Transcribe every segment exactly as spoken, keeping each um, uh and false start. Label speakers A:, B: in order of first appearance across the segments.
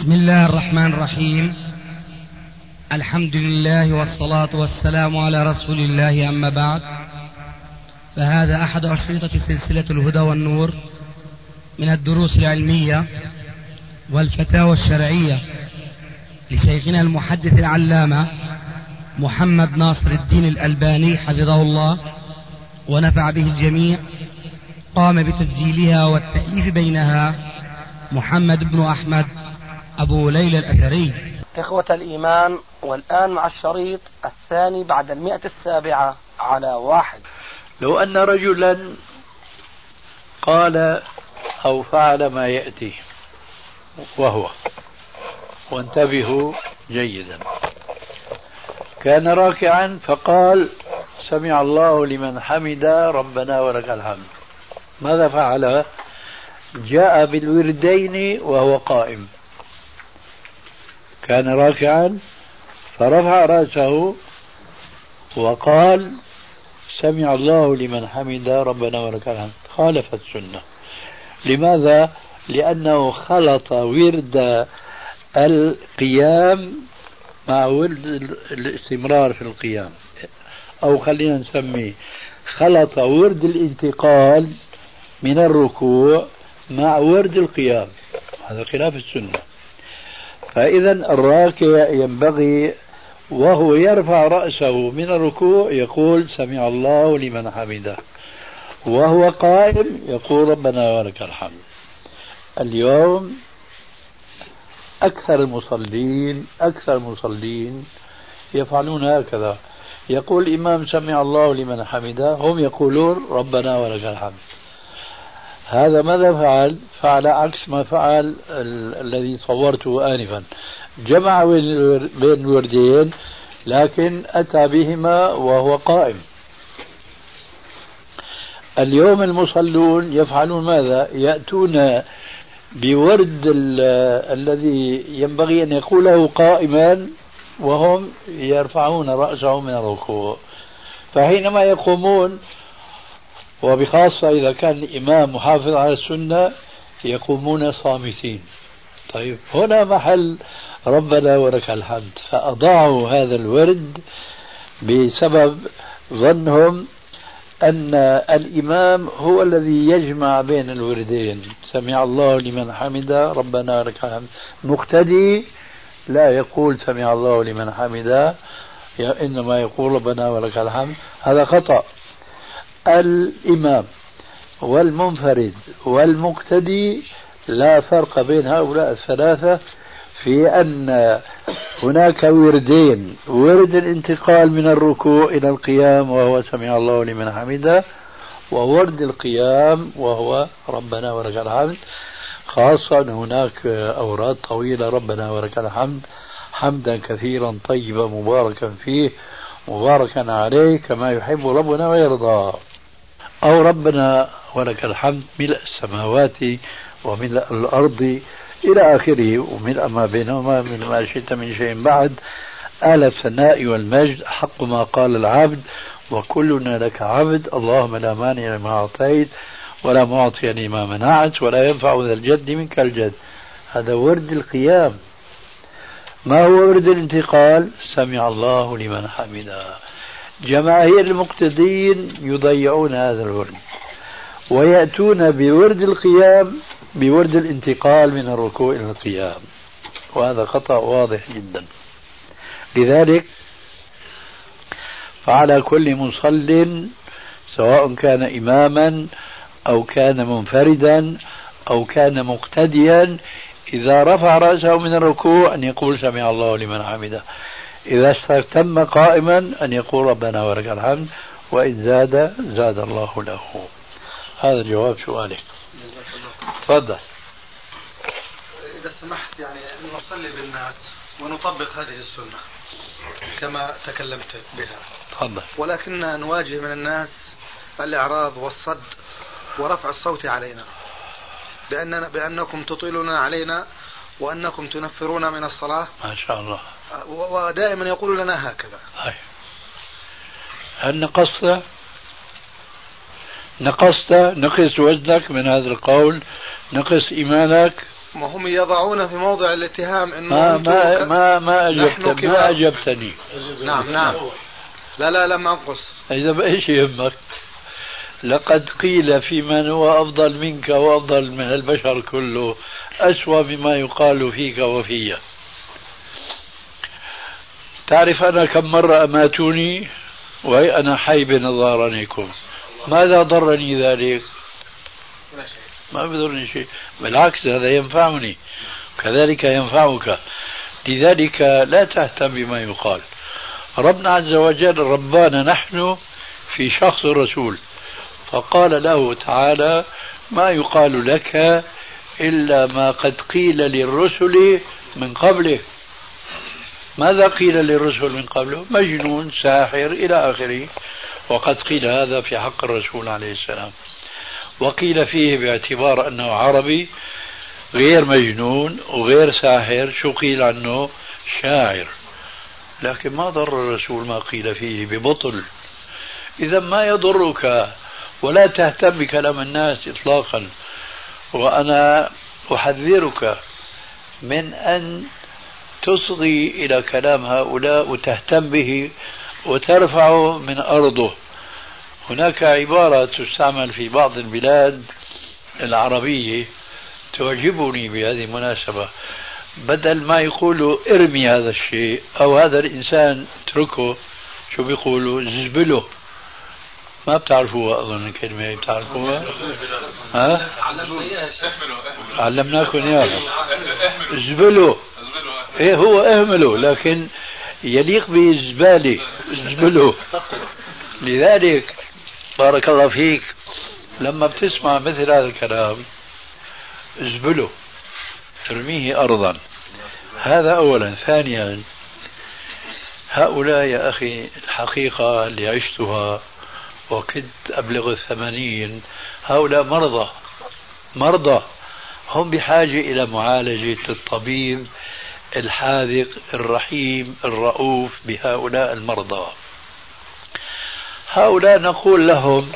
A: بسم الله الرحمن الرحيم. الحمد لله والصلاة والسلام على رسول الله، أما بعد، فهذا أحد أشرطة سلسلة الهدى والنور من الدروس العلمية والفتاوى الشرعية لشيخنا المحدث العلامة محمد ناصر الدين الألباني حفظه الله ونفع به الجميع. قام بتسجيلها والتأليف بينها محمد بن أحمد أبو ليلى الأثري.
B: إخوة الإيمان، والآن مع الشريط الثاني بعد المئة السابعة على واحد.
C: لو أن رجلا قال أو فعل ما يأتي وهو، وانتبهوا جيدا، كان راكعا فقال سمع الله لمن حمد ربنا ولك الحمد، ماذا فعل؟ جاء بالوردين وهو قائم، كان راكعا فرفع رأسه وقال سمع الله لمن حمد ربنا ولك الحمد، خالف السنة. لماذا؟ لأنه خلط ورد القيام مع ورد الاستمرار في القيام، أو خلينا نسميه خلط ورد الانتقال من الركوع مع ورد القيام، هذا خلاف السنة. فإذا الراكع ينبغي وهو يرفع رأسه من الركوع يقول سمع الله لمن حمده، وهو قائم يقول ربنا ولك الحمد. اليوم أكثر المصلين أكثر المصلين يفعلون هكذا، يقول الإمام سمع الله لمن حمده، هم يقولون ربنا ولك الحمد. هذا ماذا فعل؟ فعل عكس ما فعل ال- الذي صورته آنفا، جمع بين الوردين لكن أتى بهما وهو قائم. اليوم المصلون يفعلون ماذا؟ يأتون بورد الذي ينبغي أن يقوله قائما وهم يرفعون رأسهم من الركوع، فحينما يقومون، وبخاصة إذا كان الإمام محافظ على السنة، يقومون صامتين. طيب هنا محل ربنا ولك الحمد، فأضاعوا هذا الورد بسبب ظنهم أن الإمام هو الذي يجمع بين الوردين، سمع الله لمن حمد ربنا ولك الحمد. مقتدي لا يقول سمع الله لمن حمد، إنما يقول ربنا ولك الحمد. هذا خطأ. الإمام والمنفرد والمقتدي لا فرق بين هؤلاء الثلاثة في أن هناك وردين: ورد الانتقال من الركوع إلى القيام وهو سمع الله لمن حمده، وورد القيام وهو ربنا ولك الحمد. خاصة هناك أوراد طويلة: ربنا ولك الحمد حمدا كثيرا طيبا مباركا فيه مباركا عليه كما يحب ربنا ويرضى، أو ربنا ولك الحمد ملء السماوات وملء الأرض إلى آخره وملء ما بينهما من ما شئت من شيء بعد، آل الثناء والمجد حق ما قال العبد وكلنا لك عبد، اللهم لا مانع لما أعطيت ولا معطي لما منعت ولا ينفع ذا الجد منك الجد. هذا ورد القيام. ما هو ورد الانتقال؟ سمع الله لمن حمده. جماهير المقتدين يضيعون هذا الورد ويأتون بورد القيام بورد الانتقال من الركوع إلى القيام، وهذا خطأ واضح جدا. لذلك فعلى كل مصل سواء كان إماما أو كان منفردا أو كان مقتديا، إذا رفع رأسه من الركوع أن يقول سمع الله لمن حمده، إذا استتم قائما أن يقول ربنا ولك الحمد، وإن زاد زاد الله له. هذا جواب سؤالك. تفضل.
D: إذا سمحت، يعني نصلي بالناس ونطبق هذه السنة كما تكلمت بها.
C: تفضل.
D: ولكن نواجه من الناس الإعراض والصد ورفع الصوت علينا بأننا بأنكم تطيلون علينا وأنكم تنفرون من الصلاة
C: ما شاء الله،
D: ودائما يقول لنا هكذا.
C: هاي. هل نقصت نقصت نقص وزنك من هذا القول، نقص إيمانك،
D: ما هم يضعون في موضع الاتهام انه
C: ما ما ما ما اجبت ما اجبتني.
D: نعم نعم لا لا لا ما انقص.
C: اذا بايش يهمك؟ لقد قيل في من هو افضل منك وافضل من البشر كله اسوأ مما يقال فيك وفي. تعرف انا كم مرة اماتوني وهي انا حي بين ظهرانيكم، ماذا ضرني ذلك؟ ما بيضرني شيء، بالعكس هذا ينفعني كذلك ينفعك. لذلك لا تهتم بما يقال. ربنا عز وجل ربانا نحن في شخص الرسول، فقال له تعالى ما يقال لك إلا ما قد قيل للرسل من قبله. ماذا قيل للرسل من قبله؟ مجنون، ساحر، إلى آخره. وقد قيل هذا في حق الرسول عليه السلام، وقيل فيه باعتبار أنه عربي غير مجنون وغير ساحر، شو قيل عنه؟ شاعر. لكن ما ضر الرسول ما قيل فيه ببطل. إذا ما يضرك ولا تهتم بكلام الناس إطلاقا. وأنا أحذرك من أن تصغي إلى كلام هؤلاء وتهتم به وترفعه من أرضه. هناك عبارة تستعمل في بعض البلاد العربية تعجبني بهذه المناسبة، بدل ما يقولوا ارمي هذا الشيء أو هذا الإنسان اتركه، شو بيقولوا؟ زبله. ما بتعرفوها أظن الكلمة، بتعرفوها؟ ها؟ علمناكم إياها. زبله. إيه هو اهمله، لكن يليق بالزبالة زبله. لذلك بارك الله فيك لما بتسمع مثل هذا الكلام زبله، ترميه أرضا. هذا أولا. ثانيا، هؤلاء يا أخي الحقيقة اللي عشتها وكنت أبلغ الثمانين، هؤلاء مرضى مرضى هم بحاجة إلى معالجة الطبيب الحاذق الرحيم الرؤوف بهؤلاء المرضى. هؤلاء نقول لهم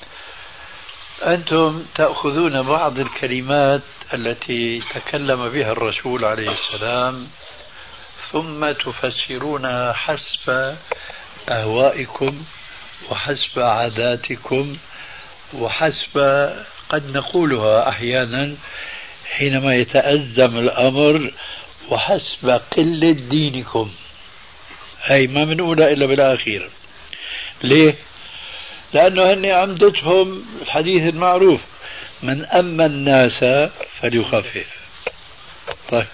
C: أنتم تأخذون بعض الكلمات التي تكلم بها الرسول عليه السلام ثم تفسرونها حسب أهوائكم وحسب عاداتكم وحسب، قد نقولها أحيانا حينما يتأزم الأمر، وحسب قلة دينكم. هي ما بنقولها إلا بالأخير. ليه؟ لأنه هن عمدتهم الحديث المعروف من أما الناس فليخفف. طيب،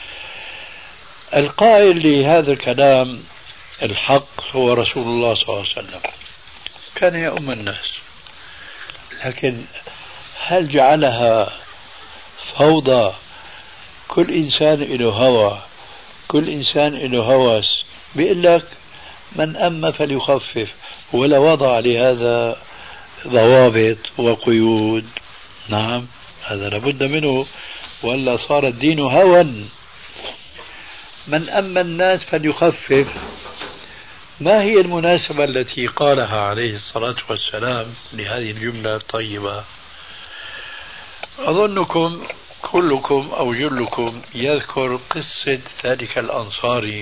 C: القائل لهذا الكلام الحق هو رسول الله صلى الله عليه وسلم، كان يؤم الناس، لكن هل جعلها فوضى؟ كل إنسان له هوى، كل إنسان له هوس، بيقول لك من أما فليخفف، ولا وضع لهذا ضوابط وقيود. نعم هذا لابد منه، ولا صار الدين هوى. من أما الناس فليخفف، ما هي المناسبة التي قالها عليه الصلاة والسلام لهذه الجملة الطيبة؟ أظنكم كلكم أو جلكم يذكر قصة ذلك الأنصاري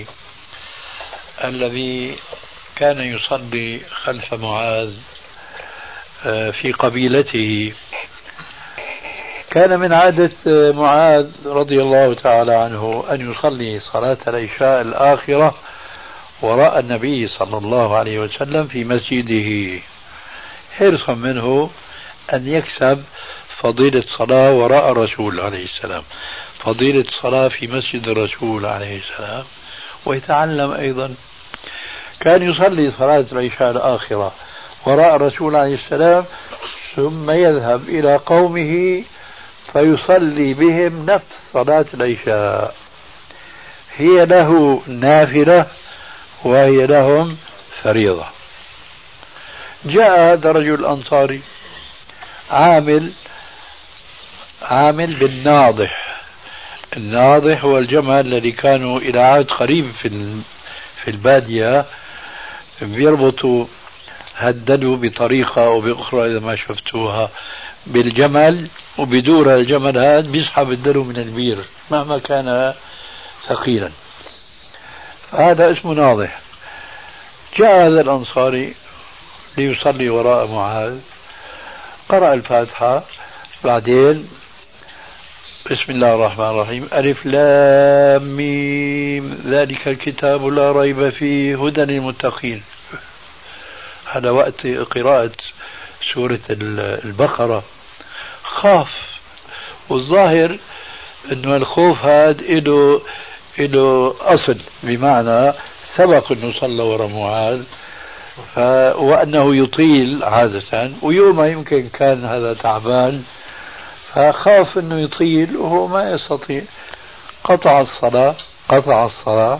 C: الذي كان يصلي خلف معاذ في قبيلته. كان من عادة معاذ رضي الله تعالى عنه أن يصلي صلاة العشاء الآخرة وراء النبي صلى الله عليه وسلم في مسجده، حرصا منه أن يكسب فضيلة الصلاة وراء الرسول عليه السلام، فضيلة الصلاة في مسجد الرسول عليه السلام، ويتعلم أيضا. كان يصلي صلاة العشاء الآخرة وراء الرسول عليه السلام، ثم يذهب إلى قومه فيصلي بهم نفس صلاة العشاء، هي له نافلة وهي لهم فريضة. جاء هذا الرجل الأنصاري عامل عامل بالناضح. الناضح هو الجمل الذي كانوا إلى عهد قريب في في البادية بيربطوا هددوا بطريقة أو بأخرى إذا ما شفتوها بالجمل وبدور الجمل هذا بيسحب الدلو من البير مهما كان ثقيلا. هذا اسمه ناضح. جاء هذا الأنصاري ليصلي وراء معاذ، قرأ الفاتحة، بعدين بسم الله الرحمن الرحيم ألف لام ميم ذلك الكتاب لا ريب فيه هدى للمتقين. هذا وقت قراءة سورة البقرة خاف، والظاهر انه الخوف هذا له له اصل، بمعنى سبق انه صلى وراء معاذ ف... وانه يطيل عادة، ويوم يمكن كان هذا تعبان فخاف انه يطيل وهو ما يستطيع، قطع الصلاة قطع الصلاة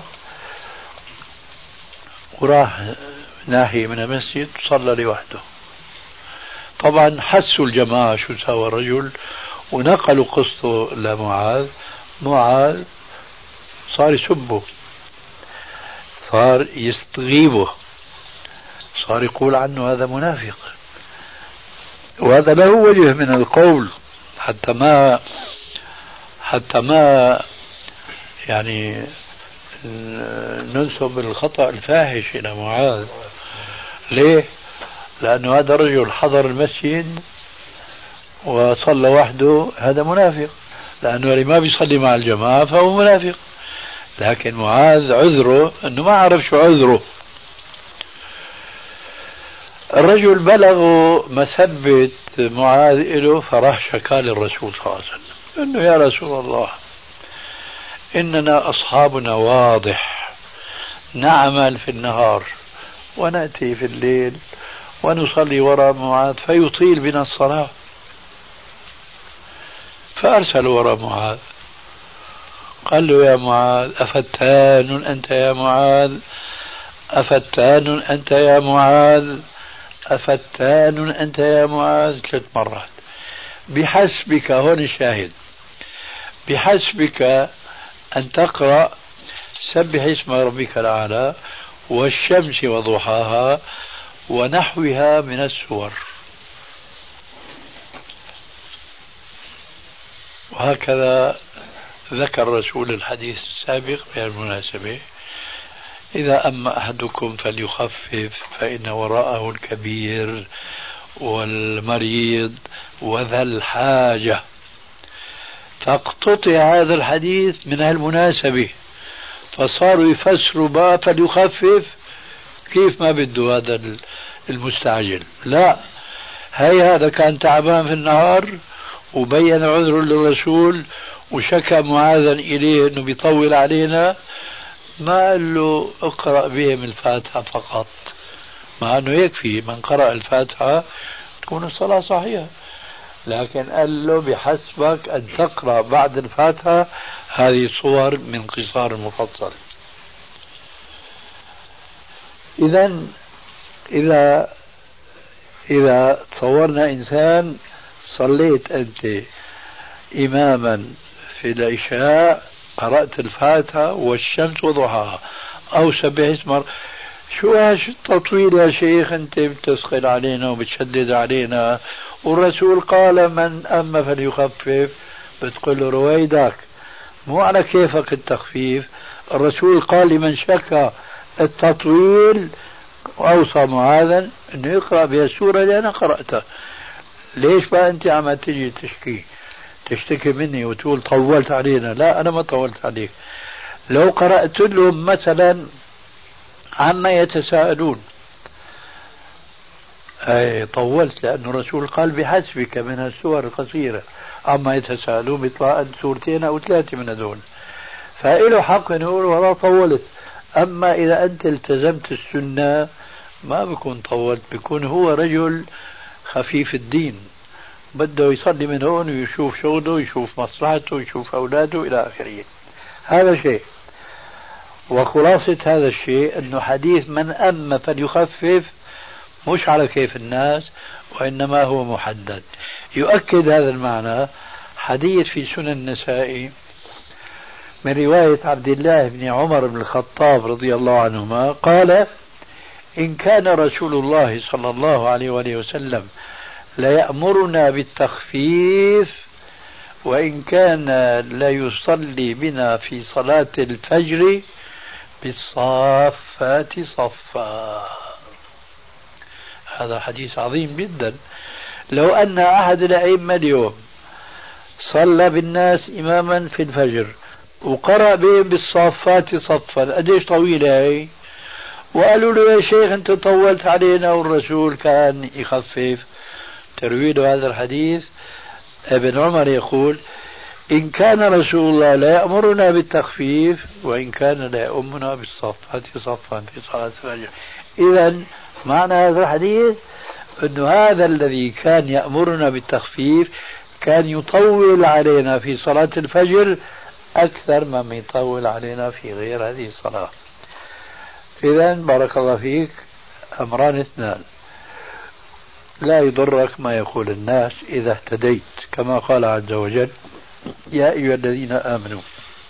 C: وراح ناحية من المسجد صلى لوحده. طبعا حسوا الجماعة شو سوى الرجل ونقلوا قصته لمعاذ. معاذ صار يسبه، صار يستغيبه، صار يقول عنه هذا منافق، وهذا له وجه من القول حتى ما حتى ما يعني ننسب الخطأ الفاحش إلى معاذ. ليه؟ لأنه هذا الرجل حضر المسجد وصلى وحده، هذا منافق، لأنه اللي ما بيصلي مع الجماعة فهو منافق. لكن معاذ عذره أنه ما عرف شو عذره. الرجل بلغوا مثبت معاذ له فراح شكا للرسول صلى الله عليه وسلم أنه يا رسول الله إننا أصحابنا واضح، نعمل في النهار ونأتي في الليل ونصلي وراء معاذ فيطيل بنا الصلاة. فأرسل وراء معاذ، قال له يا معاذ أفتان أنت يا معاذ، أفتان أنت يا معاذ، أفتان أنت يا معاذ، ثلاث مرات. بحسبك، هون الشاهد، بحسبك أن تقرأ سبح اسم ربك الأعلى والشمس وضحاها ونحوها من السور. وهكذا ذكر رسول الحديث السابق بالمناسبة: إذا أما أحدكم فليخفف فإن وراءه الكبير والمريض وذا الحاجة. فاقتطع هذا الحديث من هالمناسبة، فصاروا يفسروا بقى فليخفف كيف ما بده هذا المستعجل. لا، هي هذا كان تعبان في النهار وبين عذره للرسول وشكى معاذا إليه أنه بيطول علينا، ما قال له اقرأ بهم الفاتحة فقط، مع أنه يكفي من قرأ الفاتحة تكون الصلاة صحيحة، لكن قال له بحسبك أن تقرأ بعد الفاتحة هذه صور من قصار المفصل. إذن إذا إذا تصورنا إنسان صليت أنت إماما في العشاء، قرأت الفاتحة والشمس وضحاها أو سبح اسم، شو هاش التطويل يا شيخ؟ أنت بتثقل علينا وبتشدد علينا، والرسول قال من أما فليخفف، بتقول له رويدك مو على كيفك التخفيف. الرسول قال لمن شكى التطويل وأوصى معاذا أنه يقرأ بها السورة اللي أنا قرأتها. ليش بقى أنت عم تجي تشكي تشتكي مني وتقول طولت علينا؟ لا، أنا ما طولت عليك. لو قرأت لهم مثلا عما يتساءلون أي طولت، لأن الرسول قال بحسبك من السور القصيرة، عما يتساءلون بيطلع سورتين أو ثلاثة من هذول، فإله حق نقول ولا طولت. أما إذا أنت التزمت السنة ما بيكون طولت، بيكون هو رجل خفيف الدين بده يصلي من هون ويشوف شغله ويشوف مصلحته ويشوف أولاده إلى آخره. هذا شيء. وخلاصة هذا الشيء أنه حديث من أما فليخفف مش على كيف الناس، وإنما هو محدد. يؤكد هذا المعنى حديث في سنن النسائي من رواية عبد الله بن عمر بن الخطاب رضي الله عنهما قال: إن كان رسول الله صلى الله عليه وآله وسلم ليأمرنا بالتخفيف وإن كان لا يصلي بنا في صلاة الفجر بالصافات صفا. هذا حديث عظيم جدا. لو أن أحد الأئمة اليوم صلى بالناس إماما في الفجر وقرأ بهم بالصافات صفا، قديش طويلة هي؟ وقالوا له يا شيخ أنت طولت علينا والرسول كان يخفف. ترويد هذا الحديث ابن عمر يقول إن كان رسول الله لا يأمرنا بالتخفيف وإن كان لا يأمنا بالصفات صفا في صلاة الفجر. إذن معنى هذا الحديث أن هذا الذي كان يأمرنا بالتخفيف كان يطول علينا في صلاة الفجر أكثر مما يطول علينا في غير هذه الصلاة. إذن بارك الله فيك، أمران اثنان: لا يضرك ما يقول الناس إذا اهتديت، كما قال عز وجل يا أيها الذين آمنوا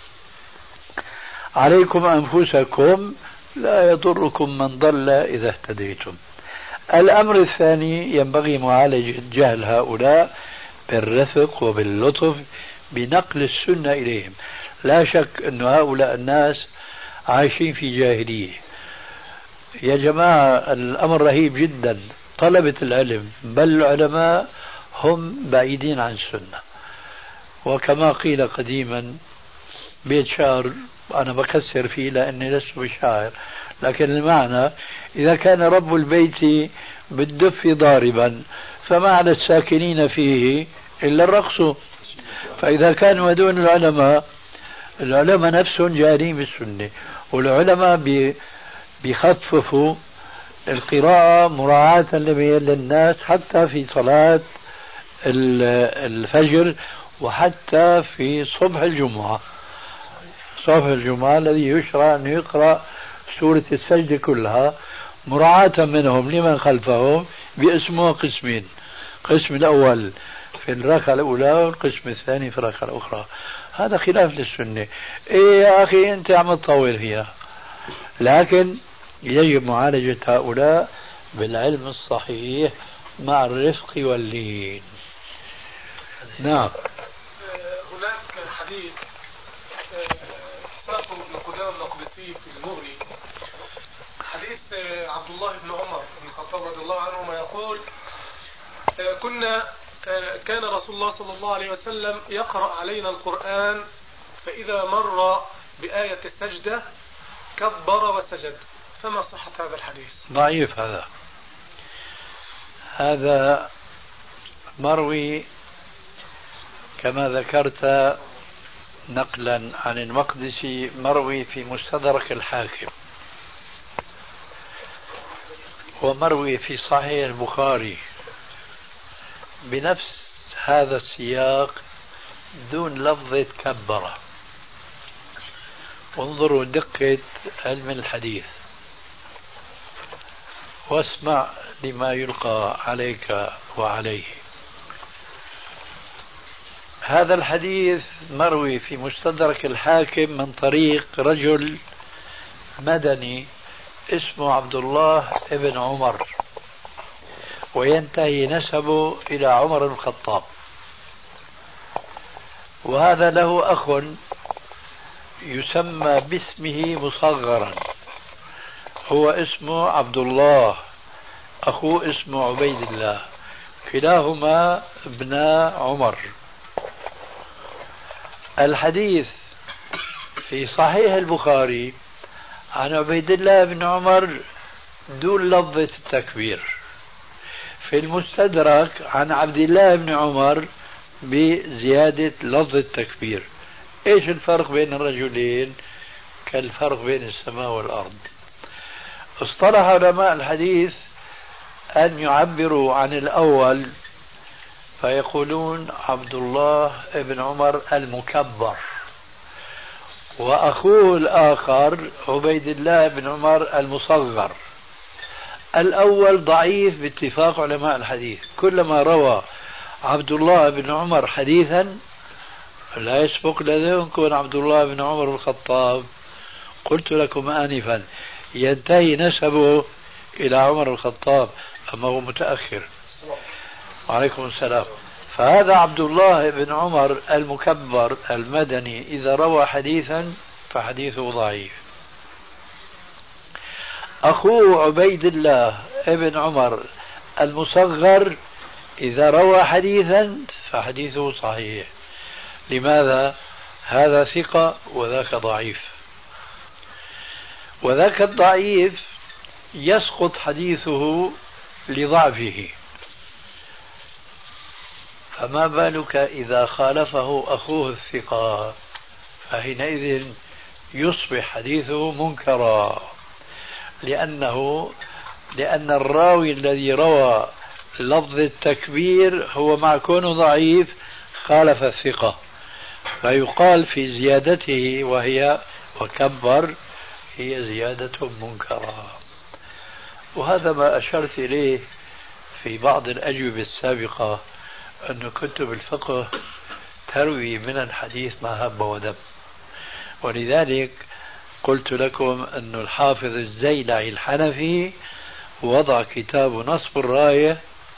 C: عليكم أنفسكم لا يضركم من ضل إذا اهتديتم. الأمر الثاني: ينبغي معالجة جهل هؤلاء بالرفق وباللطف بنقل السنة إليهم. لا شك أن هؤلاء الناس عايشين في جاهلية. يا جماعة الأمر رهيب جدا. طلبة العلم بل العلماء هم بعيدين عن السنة. وكما قيل قديما بيت شعر أنا بكسر فيه لأني لست بشاعر، لكن المعنى إذا كان رب البيت بالدف ضاربا فما على الساكنين فيه إلا الرقص. فإذا كانوا دون العلماء، العلماء نفسهم جارين بالسنة، والعلماء بيخففوا القراءة مراعاة للناس حتى في صلاة الفجر وحتى في صبح الجمعة. صبح الجمعة الذي يشرع أن يقرأ سورة السجدة كلها مراعاة منهم لمن خلفهم باسمه قسمين: قسم الأول في الركعة الأولى والقسم الثاني في الركعة الأخرى. هذا خلاف للسنة. إيه يا أخي أنت عم تطول فيها. لكن يجب معالجة هؤلاء بالعلم الصحيح مع الرفق واللين. نعم.
E: هناك حديث ساقه ابن قدامة المقدسي في المغني، حديث عبد الله بن عمر بن الخطاب رضي الله عنهما يقول: كنا كان رسول الله صلى الله عليه وسلم يقرأ علينا القرآن فإذا مر بآية السجدة كبر وسجد. فما صحة هذا الحديث؟
C: ضعيف. هذا هذا مروي كما ذكرت نقلا عن المقدسي، مروي في مستدرك الحاكم، ومروي في صحيح البخاري بنفس هذا السياق دون لفظة كبر. انظروا دقة علم الحديث واسمع لما يلقى عليك وعليه. هذا الحديث مروي في مستدرك الحاكم من طريق رجل مدني اسمه عبد الله ابن عمر، وينتهي نسبه إلى عمر بن الخطاب. وهذا له أخ يسمى باسمه مصغرا، هو اسمه عبد الله، أخوه اسمه عبيد الله، كلاهما ابن عمر. الحديث في صحيح البخاري عن عبيد الله بن عمر دون لفظة التكبير، في المستدرك عن عبد الله بن عمر بزيادة لفظ التكبير. ايش الفرق بين الرجلين؟ كالفرق بين السماء والأرض. اصطلح علماء الحديث أن يعبروا عن الأول فيقولون عبد الله بن عمر المكبر، وأخوه الآخر عبيد الله بن عمر المصغر. الأول ضعيف باتفاق علماء الحديث. كلما روى عبد الله بن عمر حديثا لا يسبق لذلك عبد الله بن عمر بن الخطاب، قلت لكم آنفا ينتهي نسبه إلى عمر الخطاب، أما هو متأخر. وعليكم السلام. فهذا عبد الله بن عمر المكبر المدني إذا روى حديثا فحديثه ضعيف. أخوه عبيد الله بن عمر المصغر إذا روى حديثا فحديثه صحيح. لماذا؟ هذا ثقة وذاك ضعيف، وذاك الضعيف يسقط حديثه لضعفه، فما بالك إذا خالفه أخوه الثقة، فحينئذ يصبح حديثه منكرا، لأنه لأن الراوي الذي روى لفظ التكبير هو مع كونه ضعيف خالف الثقة، فيقال في زيادته وهي وكبر هي زيادة منكرة. وهذا ما أشرت إليه في بعض الأجوبة السابقة، أن كتب الفقه تروي من الحديث ما هب ودب، ولذلك قلت لكم أن الحافظ الزيلعي الحنفي وضع كتاب نصب الراية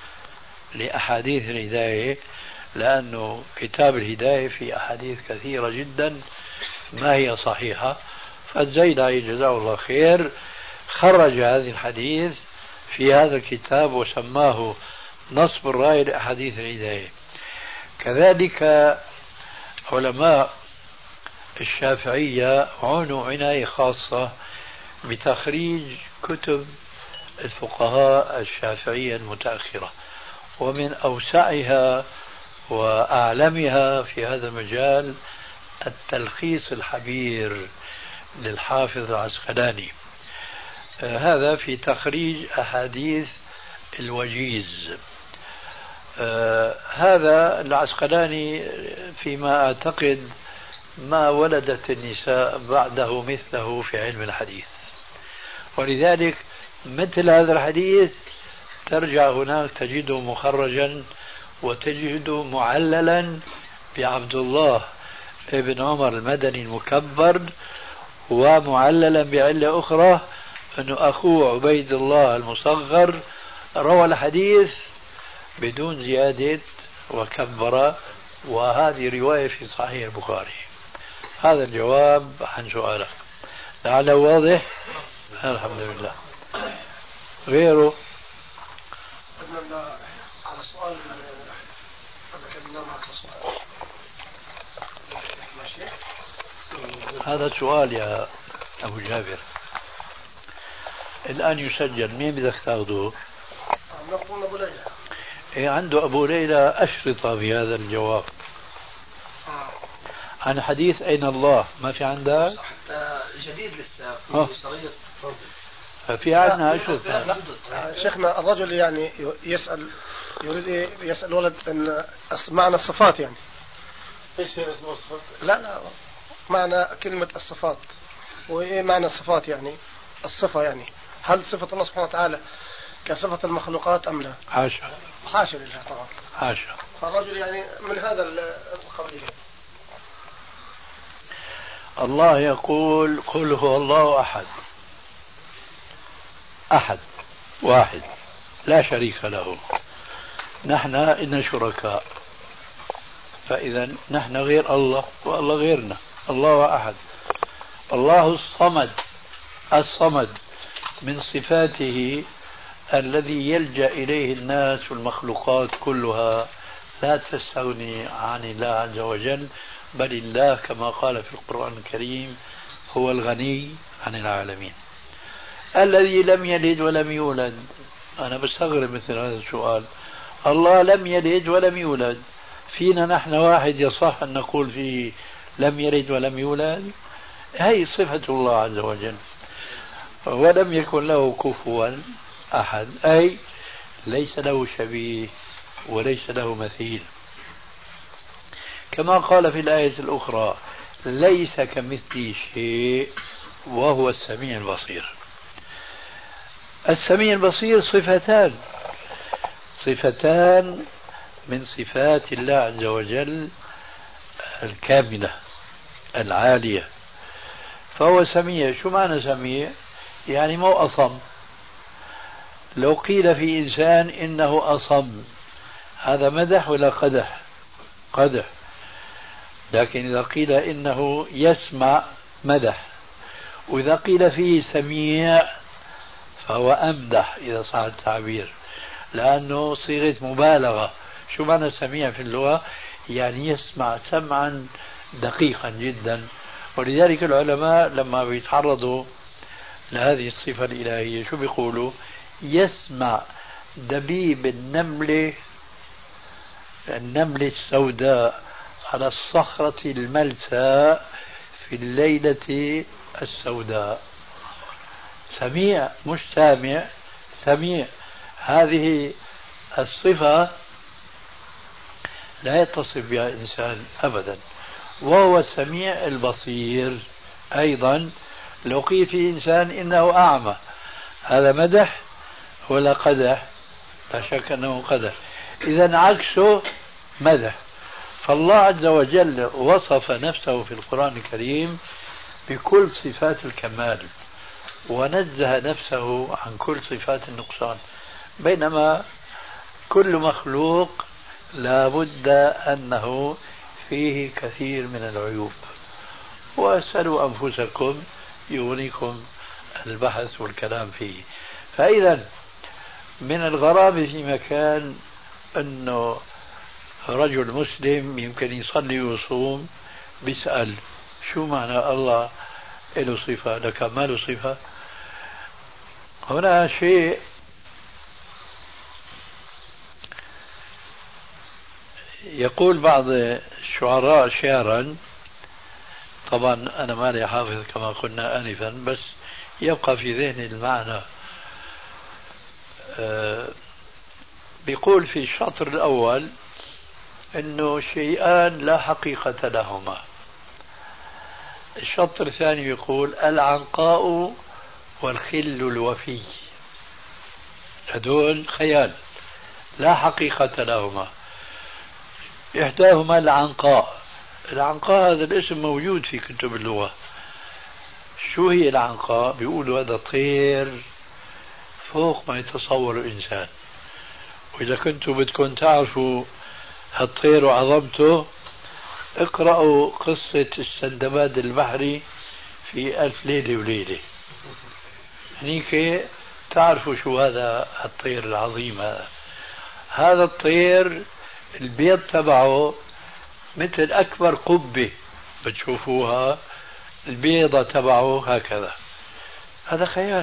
C: لأحاديث الهداية، لأنه كتاب الهداية في أحاديث كثيرة جدا ما هي صحيحة، فالزيلعي جزاه الله خير خرج هذه الحديث في هذا الكتاب وسماه نصب الراية لأحاديث الهداية. كذلك علماء الشافعية عنوا عناية خاصة بتخريج كتب الفقهاء الشافعية المتأخرة، ومن أوسعها وأعلمها في هذا المجال التلخيص الحبير للحافظ العسقلاني، هذا في تخريج أحاديث الوجيز. آه هذا العسقلاني فيما أعتقد ما ولدت النساء بعده مثله في علم الحديث، ولذلك مثل هذا الحديث ترجع هناك تجده مخرجا وتجده معللا بعبد الله ابن عمر المدني المكبر، ومعللا بعلة أخرى أنه أخوه عبيد الله المصغر روى الحديث بدون زيادة وكبر، وهذه رواية في صحيح البخاري. هذا الجواب عن سؤالك، لعله واضح. الحمد لله. غيره
F: على السؤال
C: هذا سؤال يا أبو جابر الآن يسجل، مين بدك تاخذه؟
F: نقول أبو ليلى.
C: إيه عنده أبو ليلى أشرطة في هذا الجواب عن حديث أين الله، ما في عندك؟
B: جديد لسه في شريط.
C: في عندنا أشرطة.
F: شيخنا الرجل يعني يسأل يريد إيه؟ يسأل ولد أن معنى الصفات، يعني
E: ايش هي اسمه الصفات؟
F: لا لا معنى كلمة الصفات، وإيه معنى الصفات؟ يعني الصفة يعني هل صفة الله سبحانه وتعالى كصفة المخلوقات أم لا؟
C: حاشا
F: حاشا لله طبعا،
C: حاشا.
F: فالرجل يعني من هذا القبيل.
C: الله يقول قل هو الله أحد، أحد واحد لا شريك له، نحن إن شركاء، فإذا نحن غير الله والله غيرنا، الله أحد. الله الصمد، الصمد من صفاته الذي يلجأ إليه الناس والمخلوقات كلها، لا تستغني عن الله عز وجل، بل الله كما قال في القرآن الكريم هو الغني عن العالمين. الذي لم يلد ولم يولد، أنا بستغرب مثل هذا السؤال، الله لم يلد ولم يولد، فينا نحن واحد يصح أن نقول فيه لم يلد ولم يولد؟ هي صفة الله عز وجل. ولم يكن له كفوا أحد، أي ليس له شبيه وليس له مثيل، كما قال في الآية الأخرى ليس كمثله شيء وهو السميع البصير. السميع البصير صفتان، صفتان من صفات الله عز وجل الكاملة العالية، فهو سميع. شو معنى سميع؟ يعني مو أصم. لو قيل في إنسان إنه أصم، هذا مدح ولا قدح؟ قدح. لكن إذا قيل إنه يسمع مدح، وإذا قيل فيه سميع فهو أمدح إذا صح التعبير، لأنه صيغة مبالغة. شو معنى سميع في اللغة؟ يعني يسمع سمعا دقيقا جدا. ولذلك العلماء لما بيتعرضوا لهذه الصفة الإلهية شو بيقولوا؟ يسمع دبيب النملة النملة السوداء على الصخرة الملساء في الليلة السوداء. سميع مش سامع، سميع. هذه الصفة لا يتصف بها إنسان أبدا. وهو السميع البصير أيضا. لو قيل في إنسان إنه أعمى، هذا مدح ولا قدح؟ لا شك أنه قدح. إذا عكسه مدح. فالله عز وجل وصف نفسه في القرآن الكريم بكل صفات الكمال، ونزه نفسه عن كل صفات النقصان، بينما كل مخلوق لا بد أنه فيه كثير من العيوب. واسألوا أنفسكم يغنيكم البحث والكلام فيه. فإذا من الغرابة في مكان أنه رجل مسلم يمكن يصلي ويصوم بيسأل شو معنى الله له صفة لك ما له صفة. هنا شيء يقول بعض الشعراء شعرا، طبعا أنا مالي حافظ كما قلنا آنفا، بس يبقى في ذهني المعنى. أه بيقول في الشطر الأول إنه شيئان لا حقيقة لهما. الشطر الثاني يقول العنقاء والخل الوفي، هذول خيال لا حقيقة لهما. إحداهما العنقاء. العنقاء هذا الاسم موجود في كتب اللغة. شو هي العنقاء؟ بيقولوا هذا طير فوق ما يتصور الإنسان. وإذا كنتوا بدكم تعرفوا هالطير وعظمته اقرأوا قصة السندباد البحري في ألف ليلة وليلة، هنيك تعرفوا شو هذا الطير العظيم. هذا هذا الطير البيض تبعه مثل أكبر قبة بتشوفوها، البيضة تبعه هكذا. هذا خيال.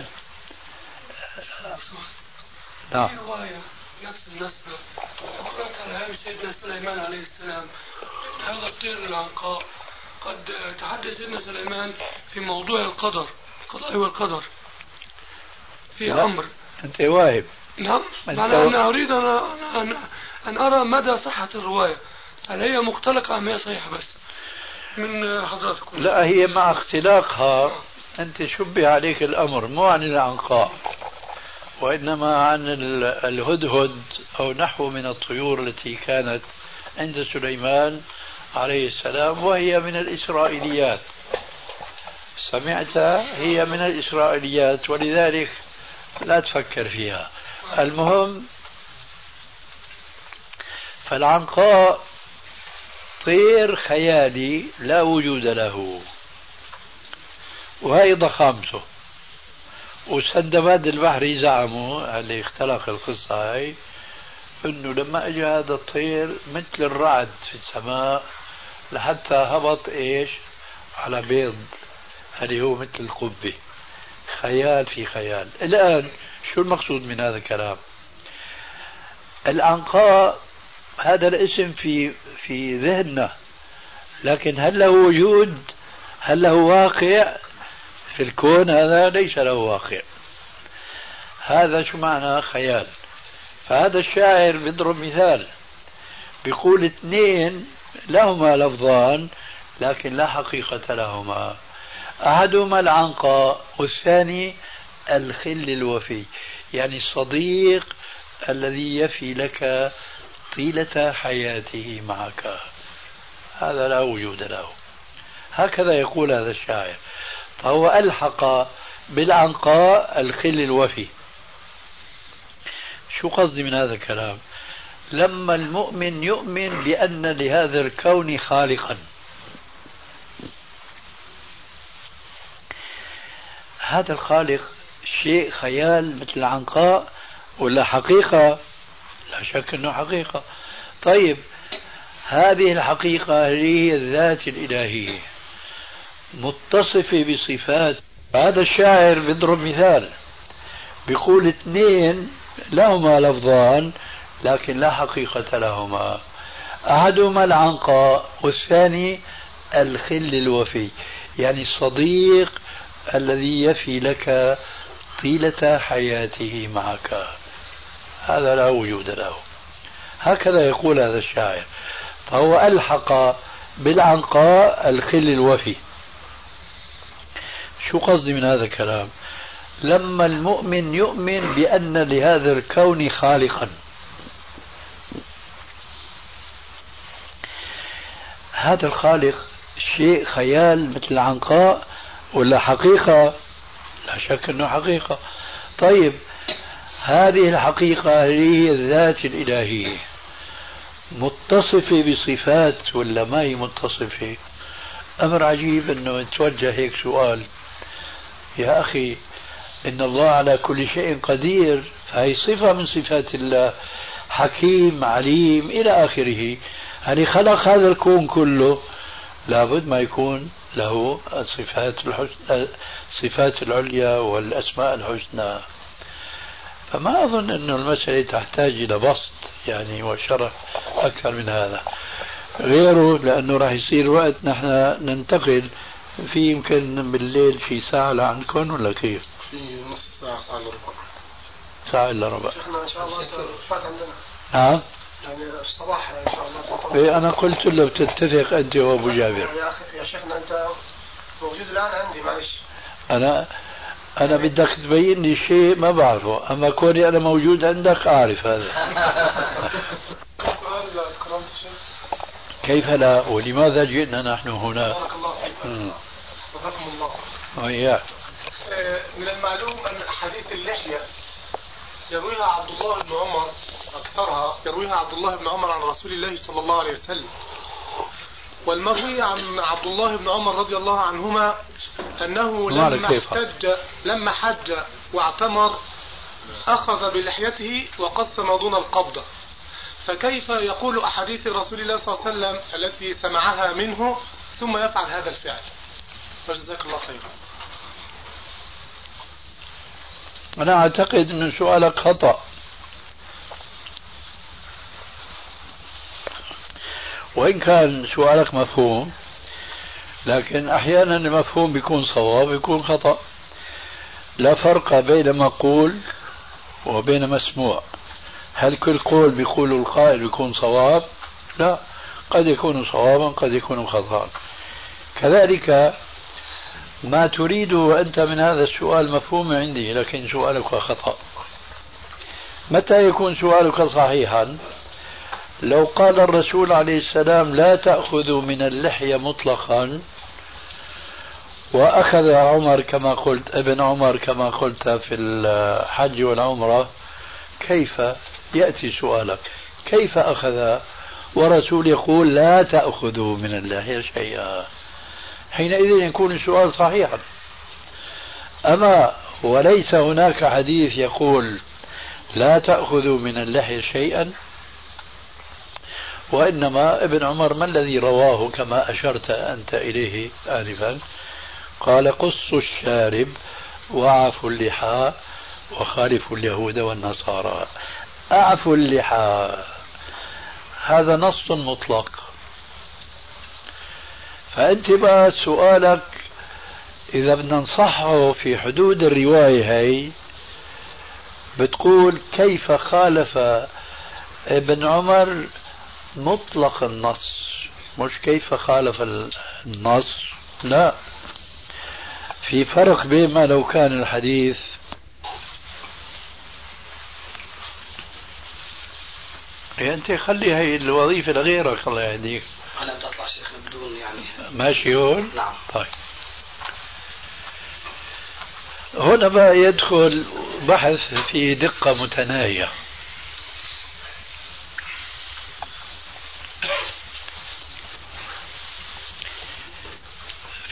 C: نعم.
E: نفس النسبة قرأت على هام سيدنا سليمان عليه السلام هذا الطير العنقاء. قد تحدث سيدنا سليمان في موضوع القدر، القضاء والقدر في أمر.
C: أنت واهب.
E: نعم. معنى أنا أريد أن, أن, أن أرى مدى صحة الرواية، هل هي مختلقة أم هي صحيحة بس من حضراتكم؟
C: لا، هي مع اختلاقها أنت شبه عليك الأمر مو عن العنقاء، وإنما عن الهدهد أو نحو من الطيور التي كانت عند سليمان عليه السلام، وهي من الإسرائيليات. سمعتها؟ هي من الإسرائيليات، ولذلك لا تفكر فيها. المهم، فالعنقاء طير خيالي لا وجود له، وهي ضخامته. والسندباد البحري زعموا اللي اختلق القصة هاي انه لما اجى هذا الطير مثل الرعد في السماء لحتى هبط ايش على بيض اللي هو مثل القبة. خيال في خيال. الآن شو المقصود من هذا الكلام؟ العنقاء هذا الاسم في في ذهننا، لكن هل له وجود؟ هل له واقع في الكون؟ هذا ليس له واقع. هذا شو معنى خيال؟ فهذا الشاعر بيضرب مثال، بيقول اثنين لهما لفظان لكن لا حقيقة لهما. أحدهما العنقاء والثاني الخل الوفي، يعني الصديق الذي يفي لك طيلة حياته معك، هذا لا وجود له. هكذا يقول هذا الشاعر. فهو ألحق بالعنقاء الخل الوفي. شو قصدي من هذا الكلام؟ لما المؤمن يؤمن بأن لهذا الكون خالقا. هذا الخالق شيء خيال مثل العنقاء ولا حقيقة؟ لا شك أنه حقيقة. طيب هذه الحقيقة هي الذات الإلهية متصفة بصفات. هذا الشاعر بيضرب مثال، بيقول اثنين لهما لفظان لكن لا حقيقة لهما، أحدهما العنقاء والثاني الخل الوفي، يعني الصديق الذي يفي لك طيلة حياته معك، هذا لا وجود له. هكذا يقول هذا الشاعر، فهو ألحق بالعنقاء الخل الوفي. شو قصدي من هذا الكلام؟ لما المؤمن يؤمن بأن لهذا الكون خالقا، هذا الخالق شيء خيال مثل العنقاء ولا حقيقة؟ لا شك أنه حقيقة. طيب هذه الحقيقة هي الذات الإلهية متصفة بصفات ولا ما هي متصفة؟ أمر عجيب أنه يتوجه هيك سؤال. يا أخي إن الله على كل شيء قدير، فهي صفة من صفات الله، حكيم عليم إلى آخره. يعني خلق هذا الكون كله، لابد ما يكون له الصفات الحسنى، الصفات العليا والأسماء الحسنى. فما أظن أن المسألة تحتاج إلى بسط يعني وشرح أكثر من هذا غيره، لأنه راح يصير وقت نحن ننتقل في يمكن بالليل في ساعة لعندكم ولا كيف؟
F: في نص ساعة، ساعة إلا ربع.
C: ساعة إلا ربع.
F: شيخنا إن شاء الله أنت فات عندنا.
C: نعم.
F: يعني الصباح إن شاء الله.
C: إيه أنا قلت له بتتفق أنت وأبو جابر.
F: يا أخي يا شيخنا أنت موجود الآن عندي، معلش.
C: أنا أنا بدك تبين لي شيء ما بعرفه، أما كوني أنا موجود عندك أعرف هذا.
F: سؤال إذا تكرمت الشيخ.
C: كيف لا، ولماذا جئنا نحن هنا؟
F: بارك الله فيك. وفقكم الله.
C: وإياك.
E: من المعلوم أن حديث اللحية يرويها عبد الله بن عمر، أكثرها يرويها عبد الله بن عمر عن رسول الله صلى الله عليه وسلم. والمروي عن عبد الله بن عمر رضي الله عنهما أنه لما احتج لما حج واعتمر أخذ بلحيته وقسم دون القبضة. فكيف يقول أحاديث رسول الله صلى الله عليه وسلم التي سمعها منه ثم يفعل هذا الفعل؟ وجزاك الله خيرا.
C: أنا أعتقد أن سؤالك خطأ، وإن كان سؤالك مفهوم، لكن أحيانا المفهوم بيكون صواب بيكون خطأ. لا فرق بين مقول وبين مسموع. هل كل قول بيقول القائل بيكون صواب؟ لا، قد يكون صوابا قد يكون خطأ. كذلك ما تريده أنت من هذا السؤال مفهوم عندي، لكن سؤالك خطأ. متى يكون سؤالك صحيحا؟ لو قال الرسول عليه السلام لا تأخذوا من اللحية مطلقا، وأخذ عمر كما قلت ابن عمر كما قلت في الحج والعمرة، كيف يأتي سؤالك كيف أخذ ورسول يقول لا تأخذوا من اللحية شيئا؟ حينئذ يكون السؤال صحيحا. أما وليس هناك حديث يقول لا تأخذوا من اللحية شيئا، وإنما ابن عمر ما الذي رواه كما أشرت أنت إليه آنفا؟ قال قصوا الشارب وعفوا اللحى وخالفوا اليهود والنصارى. أعفوا اللحى هذا نص مطلق. فأنت بقى سؤالك إذا بدنا نصحه في حدود الرواية هي، بتقول كيف خالف ابن عمر مطلق النص، مش كيف خالف النص. لا، في فرق بين ما لو كان الحديث يعني أنت خلي هاي الوظيفة لغيرك الله يهديك.
B: أنا بتطلع شيخنا بدون يعني
C: ماشي هون؟
B: نعم.
C: طيب هنا بقى يدخل بحث في دقة متناهية.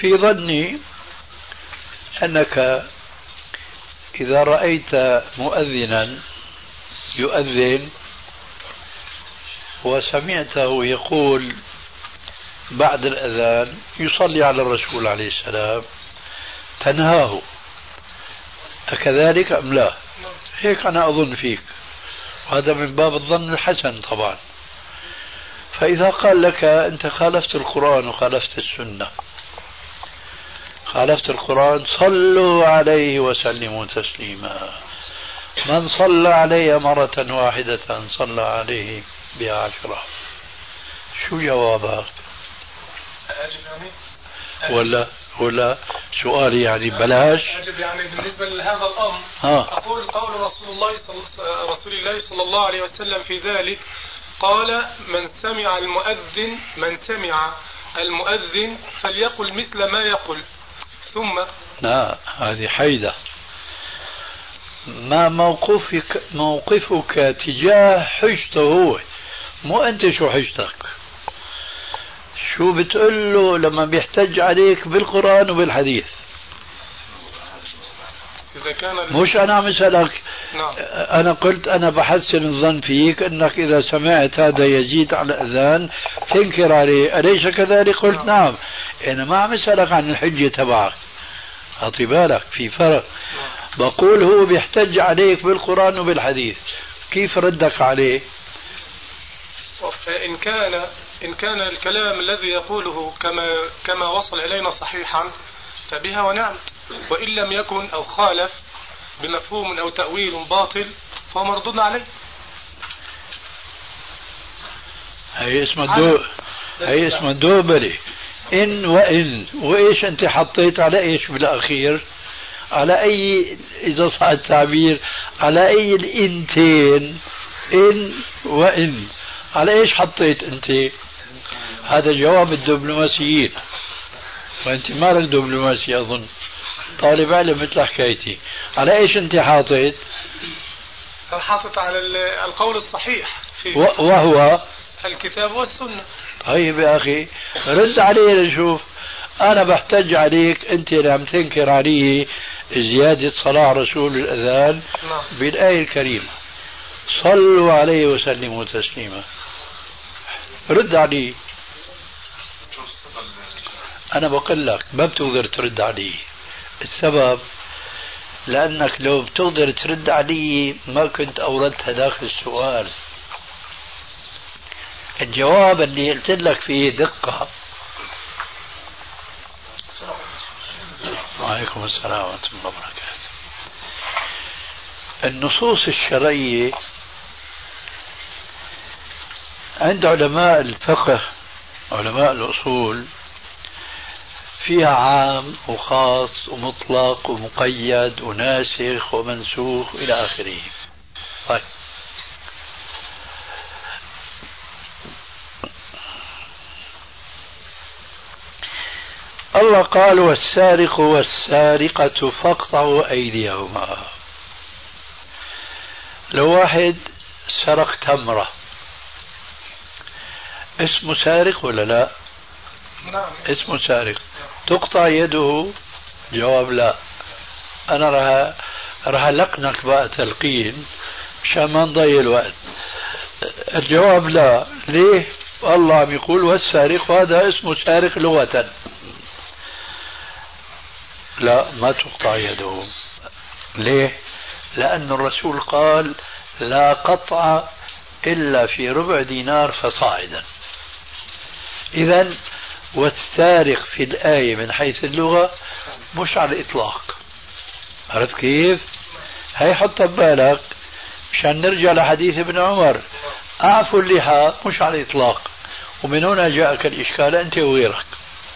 C: في ظني أنك إذا رأيت مؤذنا يؤذن وسمعته يقول بعد الأذان يصلي على الرسول عليه السلام تنهاه، أكذلك أم لا؟ هيك أنا أظن فيك، وهذا من باب الظن الحسن طبعا. فإذا قال لك أنت خالفت القرآن وخالفت السنة، خالفت القرآن صلوا عليه وسلموا تسليما، من صلى علي مرة واحدة صلى عليه بها عشرة، شو جوابك؟
E: أجب يعني؟
C: ولا ولا سؤالي يعني بلاش؟
E: أجب يعني بالنسبة لهذا الأمر
C: ها.
E: أقول قول رسول الله صلى رسول الله صلى الله عليه وسلم في ذلك، قال من سمع المؤذن من سمع المؤذن فليقل مثل ما يقول. ثم
C: لا هذه حيدة. ما موقفك موقفك تجاه حجته هو، مو أنت شو حجتك؟ شو بتقول له لما بيحتج عليك بالقرآن وبالحديث؟
E: إذا كان
C: مش أنا عم أسألك.
E: نعم.
C: أنا قلت أنا بحسن الظن فيك أنك إذا سمعت هذا يزيد على الأذان تنكر عليه، أليس كذلك؟ قلت نعم. نعم. أنا ما عم أسألك عن الحجة تبعك، أعطي بالك في فرق. نعم. بقول هو بيحتج عليك بالقرآن وبالحديث، كيف ردك عليه؟
E: إن كان إن كان الكلام الذي يقوله كما كما وصل إلينا صحيحا فبها ونعم، وإن لم يكن أو خالف بمفهوم أو تأويل باطل فهو مردود عليه.
C: هي اسمها دو هي اسمها دوبلي. إن وإن وإيش أنت حطيت على إيش بالأخير؟ على أي، إذا صح التعبير، على أي الإنتين؟ إن وإن على إيش حطيت أنت؟ هذا جواب الدبلوماسيين، وأنت ما لك دبلوماسي أظن، طالب علم مثل حكايتي. على إيش أنت حاطط؟
E: أنا حاطط على القول الصحيح في
C: وهو
E: الكتاب والسنة.
C: طيب يا أخي رد عليه نشوف. أنا بحتج عليك أنت اللي عم تنكر عليه زيادة صلاة رسول الأذان بالآية الكريمة صلوا عليه وسلموا تسليما، رد عليه. أنا بقول لك ما بتقدر ترد عليه. السبب لأنك لو بتقدر ترد عليه ما كنت أوردت داخل السؤال. الجواب اللي قلت لك فيه دقة. وعليكم السلام ورحمة الله وبركاته. النصوص الشرعية عند علماء الفقه علماء الأصول فيها عام وخاص ومطلق ومقيد وناسخ ومنسوخ إلى آخره. طيب الله قال والسارق والسارقة فاقطعوا أيديهما. لو واحد سرق تمرة اسمه سارق ولا لا؟
E: نعم.
C: اسمه سارق. تقطع يده؟ جواب لا. أنا راح راح لقنك بقى تلقين مشان ما نضيع الوقت. الجواب لا. ليه؟ الله عم يقول والسارق، هذا اسمه سارق لغة. لا ما تقطع يده. ليه؟ لأن الرسول قال لا قطع إلا في ربع دينار فصاعدا. إذن والسارق في الآية من حيث اللغة مش على الإطلاق. عرفت كيف؟ هاي حط ببالك مشان نرجع لحديث ابن عمر أعفوا اللحى مش على الإطلاق. ومن هنا جاءك الإشكال أنت وغيرك.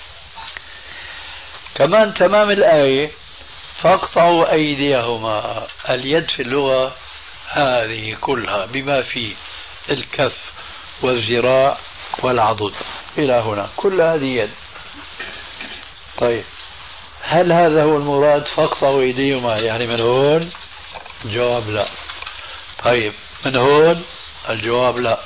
C: كمان تمام الآية فاقطعوا أيديهما. اليد في اللغة هذه كلها بما فيه الكف والذراع والعضد إلى هنا، كل هذه يد. طيب هل هذا هو المراد فاقطعوا أيديهما يعني من هون؟ الجواب لا. طيب من هون؟ الجواب لا. من هون؟ لا. من هون لا. منين؟ إذا من عند الرسل.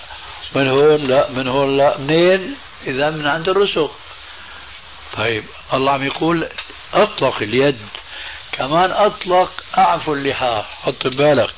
C: طيب الله عم يقول أطلق اليد، كمان أطلق أعفو اللحى، حط بالك.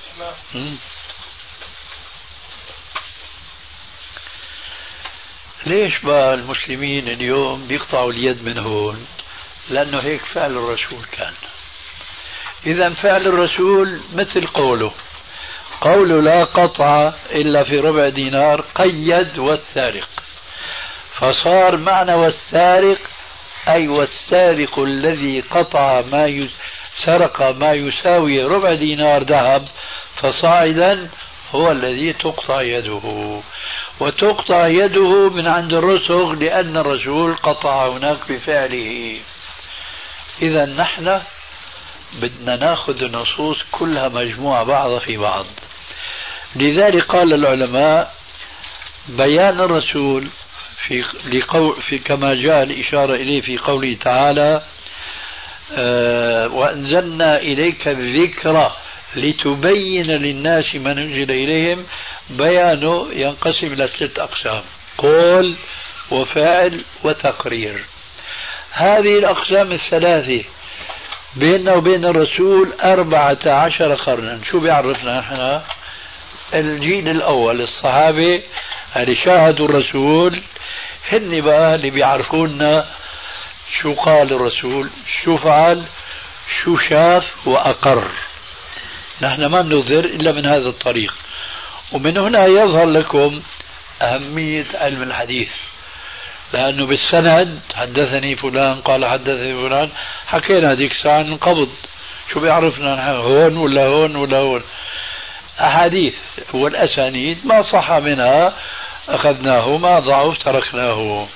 C: ليش بقى المسلمين اليوم بيقطعوا اليد من هون؟ لأنه هيك فعل الرسول كان. إذا فعل الرسول مثل قوله، قوله لا قطع إلا في ربع دينار، قيد والسارق، فصار معنى والسارق أي والسارق الذي قطع ما ي... سرق ما يساوي ربع دينار ذهب فصاعدا هو الذي تقطع يده، وتقطع يده من عند الرسغ لأن الرسول قطع هناك بفعله. إذا نحن بدنا ناخذ النصوص كلها مجموعة بعضها في بعض. لذلك قال العلماء بيان الرسول في, لقول في كما جاء الإشارة إليه في قوله تعالى آه وأنزلنا إليك الذكر لتبين للناس ما نزل إليهم، بيانه ينقسم إلى ثلاث أقسام: قول وفعل وتقرير. هذه الأقسام الثلاثة بيننا وبين الرسول أربعة عشر قرنا. شو بيعرفنا نحن؟ الجيل الأول الصحابة اللي شاهدوا الرسول هن بقى اللي بيعرفونا شو قال الرسول، شو فعل، شو شاف وأقر. نحن ما بنظهر إلا من هذا الطريق. ومن هنا يظهر لكم أهمية علم الحديث، لأنه بالسند حدثني فلان قال حدثني فلان، حكينا هذيك الساعة نقبض شو بيعرفنا هون ولا هون ولا هون. أحاديث والأسانيد ما صح منها أخذناه، ما ضعف تركناه.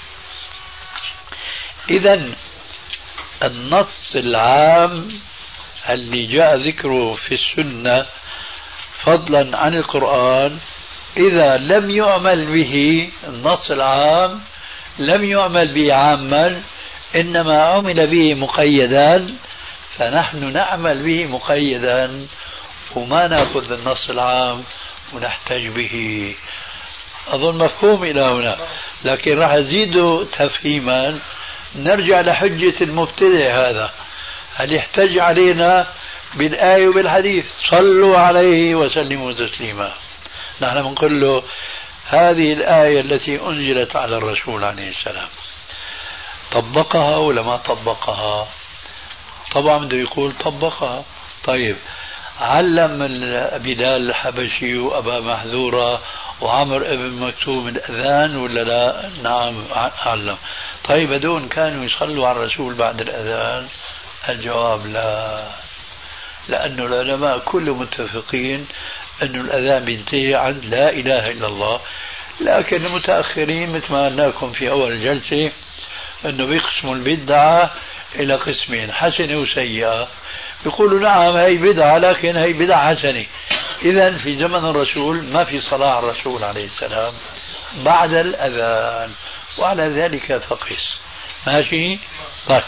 C: إذن النص العام اللي جاء ذكره في السنة فضلا عن القرآن إذا لم يعمل به، النص العام لم يعمل به عاما إنما عمل به مقيدا، فنحن نعمل به مقيدا وما نأخذ النص العام ونحتج به. أظن مفهوم إلى هنا، لكن راح أزيده تفهيما. نرجع لحجة المبتدع هذا، هل يحتج علينا بالآية وبالحديث صلوا عليه وسلموا تسليما؟ نحن بنقول له هذه الآية التي أنزلت على الرسول عليه السلام طبقها ولا ما طبقها؟ طبعا بده يقول طبقها. طيب علم بلال الحبشي وأبا محذورة وعمر ابن مكتوم الأذان ولا لا؟ نعم علم. طيب هذول كانوا يصلوا على الرسول بعد الأذان؟ الجواب لا، لأنه العلماء كلهم متفقين أن الأذان بينتهي عند لا إله إلا الله. لكن المتأخرين مثل ما قلناكم في أول الجلسة أنه بيقسموا البدعة إلى قسمين، حسنة وسيئة. يقولوا نعم هي بدعة لكن هي بدعة حسنة. إذن في زمن الرسول ما في صلاة على الرسول عليه السلام بعد الأذان، وعلى ذلك فقس. ماشي؟ طيب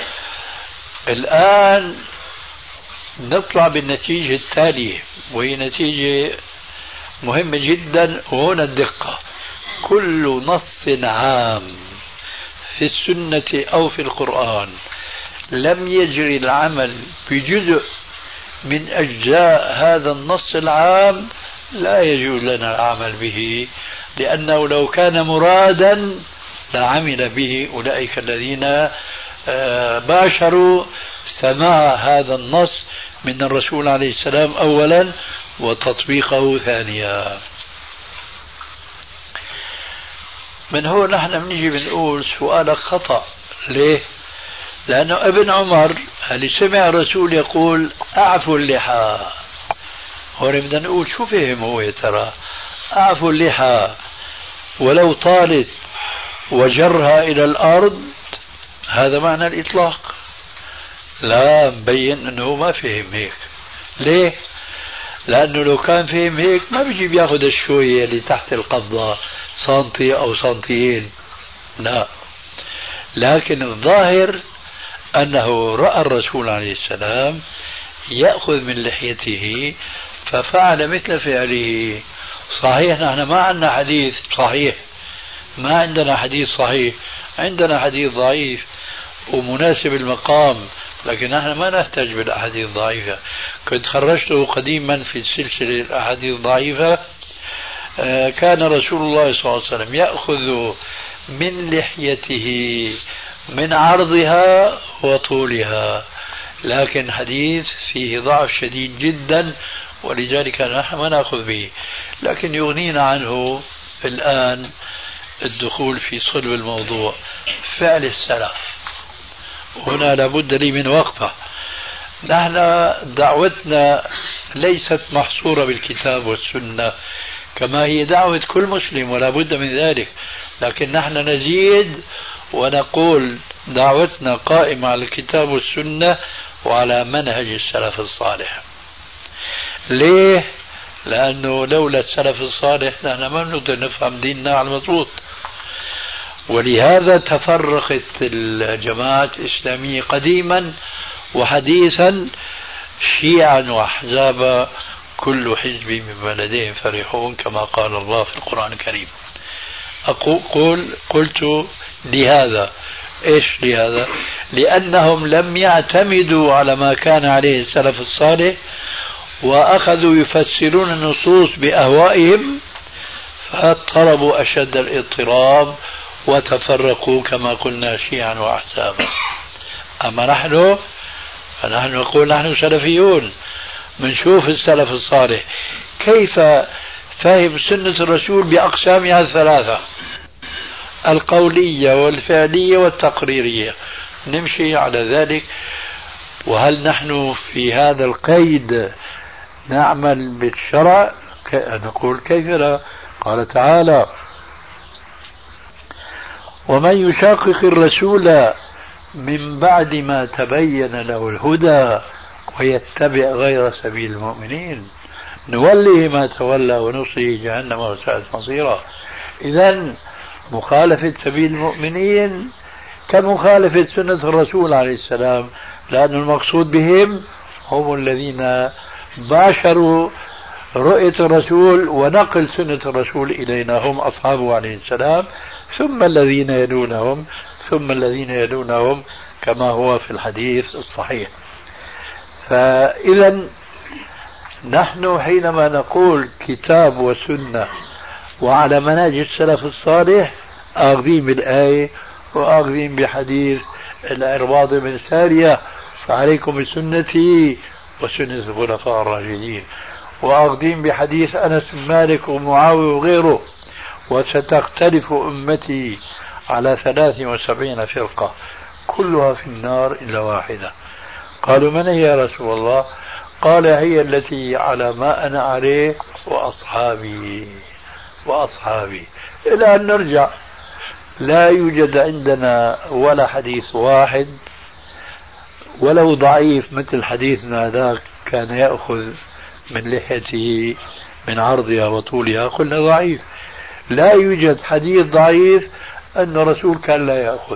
C: الآن نطلع بالنتيجة التالية، وهي نتيجة مهمة جدا، وهنا الدقة. كل نص عام في السنة أو في القرآن لم يجري العمل بجزء من أجزاء هذا النص العام لا يجوز لنا العمل به، لأنه لو كان مرادا لعمل به أولئك الذين باشروا سماع هذا النص من الرسول عليه السلام أولا وتطبيقه ثانيا. من هو نحن بنيجي بنقول سؤالك خطأ. ليه؟ لأنه ابن عمر اللي سمع الرسول يقول أعفوا اللحى، هون بدنا نقول شو فهم هو يا ترى؟ أعفوا اللحى ولو طالت وجرها إلى الأرض، هذا معنى الإطلاق. لا، مبين أنه ما فهم هيك. ليه؟ لأنه لو كان فهم هيك ما بيجي بياخذ الشوية اللي تحت القبضة سنتي أو سنتيين، لا. لكن الظاهر أنه رأى الرسول عليه السلام يأخذ من لحيته ففعل مثل فعله. صحيح نحن ما عندنا حديث صحيح، ما عندنا حديث صحيح عندنا حديث ضعيف ومناسب المقام، لكن نحن ما نحتاج بالأحاديث الضعيفة. كنت خرجته قديما في سلسلة الأحاديث الضعيفة. كان رسول الله صلى الله عليه وسلم يأخذ من لحيته من عرضها وطولها، لكن حديث فيه ضعف شديد جدا، ولذلك نحن ما نأخذ به. لكن يغنينا عنه الآن الدخول في صلب الموضوع، فعل السلف. هنا لابد لي من وقفة. نحن دعوتنا ليست محصورة بالكتاب والسنة كما هي دعوة كل مسلم، ولا بد من ذلك، لكن نحن نزيد ونقول دعوتنا قائمة على الكتاب والسنة وعلى منهج السلف الصالح. ليه؟ لأنه لولا السلف الصالح نحن ما بنقدر نفهم ديننا على المضبوط. ولهذا تفرقت الجماعات الإسلامية قديما وحديثا شيعا وأحزابا، كل حزب بما لديهم فرحون، كما قال الله في القرآن الكريم. أقول قلت لهذا، إيش لهذا؟ لأنهم لم يعتمدوا على ما كان عليه السلف الصالح، وأخذوا يفسرون النصوص بأهوائهم، فاضطربوا أشد الاضطراب وتفرقوا كما قلنا شيعا وأحزابا. أما نحن فنحن نقول نحن سلفيون، منشوف السلف الصالح كيف فهم سنة الرسول بأقسامها الثلاثة، القولية والفعلية والتقريرية، نمشي على ذلك. وهل نحن في هذا القيد نعمل بالشرع؟ نقول كيف لا؟ قال تعالى: ومن يشاقق الرسول من بعد ما تبين له الهدى ويتبع غير سبيل المؤمنين نوله ما تولى ونصله جهنم وساءت مصيرا. إذن مخالفة سبيل المؤمنين كمخالفة سنة الرسول عليه السلام، لأن المقصود بهم هم الذين باشروا رؤية الرسول ونقل سنة الرسول إلينا، هم أصحابه عليه السلام، ثم الذين يلونهم ثم الذين يلونهم كما هو في الحديث الصحيح. فإذا نحن حينما نقول كتاب وسنة وعلى منهج السلف الصالح آخذين بالآية وآخذين بحديث العرباض بن سارية: فعليكم بسنتي وسنة الخلفاء الراشدين، وآخذين بحديث أنس بن مالك ومعاوية وغيره: وستختلف أمتي على ثلاث وسبعين فرقة كلها في النار إلا واحدة. قالوا: من هي يا رسول الله؟ قال: هي التي على ما أنا عليه وأصحابي وأصحابي، إلى أن نرجع. لا يوجد عندنا ولا حديث واحد ولو ضعيف مثل حديثنا ذاك كان يأخذ من لحيته من عرضها وطولها، قلنا ضعيف. لا يوجد حديث ضعيف أن الرسول كان لا يأخذ.